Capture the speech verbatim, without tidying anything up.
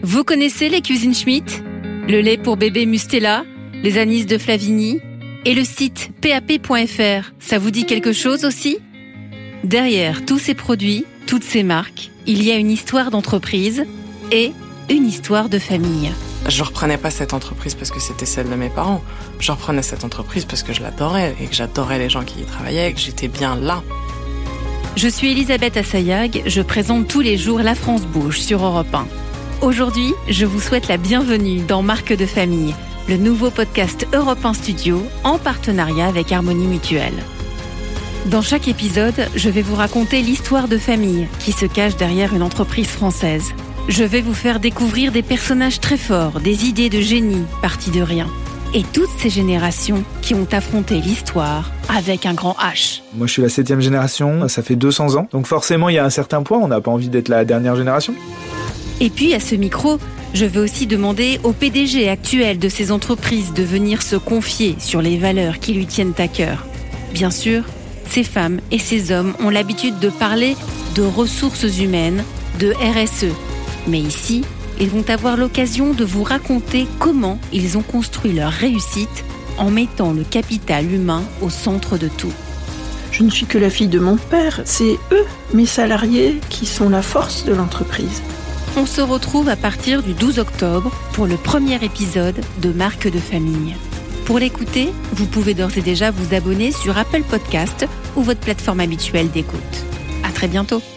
Vous connaissez les cuisines Schmitt ? Le lait pour bébé Mustela, les anis de Flavigny et le site p a p point f r, ça vous dit quelque chose aussi ? Derrière tous ces produits, toutes ces marques, il y a une histoire d'entreprise et une histoire de famille. Je ne reprenais pas cette entreprise parce que c'était celle de mes parents. Je reprenais cette entreprise parce que je l'adorais et que j'adorais les gens qui y travaillaient et que j'étais bien là. Je suis Elisabeth Assayag, je présente tous les jours La France bouge sur Europe un. Aujourd'hui, je vous souhaite la bienvenue dans Marque de famille, le nouveau podcast Europe un Studio en partenariat avec Harmonie Mutuelle. Dans chaque épisode, je vais vous raconter l'histoire de famille qui se cache derrière une entreprise française. Je vais vous faire découvrir des personnages très forts, des idées de génie parties de rien. Et toutes ces générations qui ont affronté l'histoire avec un grand H. Moi, je suis la septième génération, ça fait deux cents ans. Donc forcément, il y a un certain point, on n'a pas envie d'être la dernière génération. Et puis, à ce micro, je vais aussi demander au P D G actuel de ces entreprises de venir se confier sur les valeurs qui lui tiennent à cœur. Bien sûr, ces femmes et ces hommes ont l'habitude de parler de ressources humaines, de R S E. Mais ici, ils vont avoir l'occasion de vous raconter comment ils ont construit leur réussite en mettant le capital humain au centre de tout. Je ne suis que la fille de mon père, c'est eux, mes salariés, qui sont la force de l'entreprise. On se retrouve à partir du douze octobre pour le premier épisode de Marque de famille. Pour l'écouter, vous pouvez d'ores et déjà vous abonner sur Apple Podcast ou votre plateforme habituelle d'écoute. À très bientôt.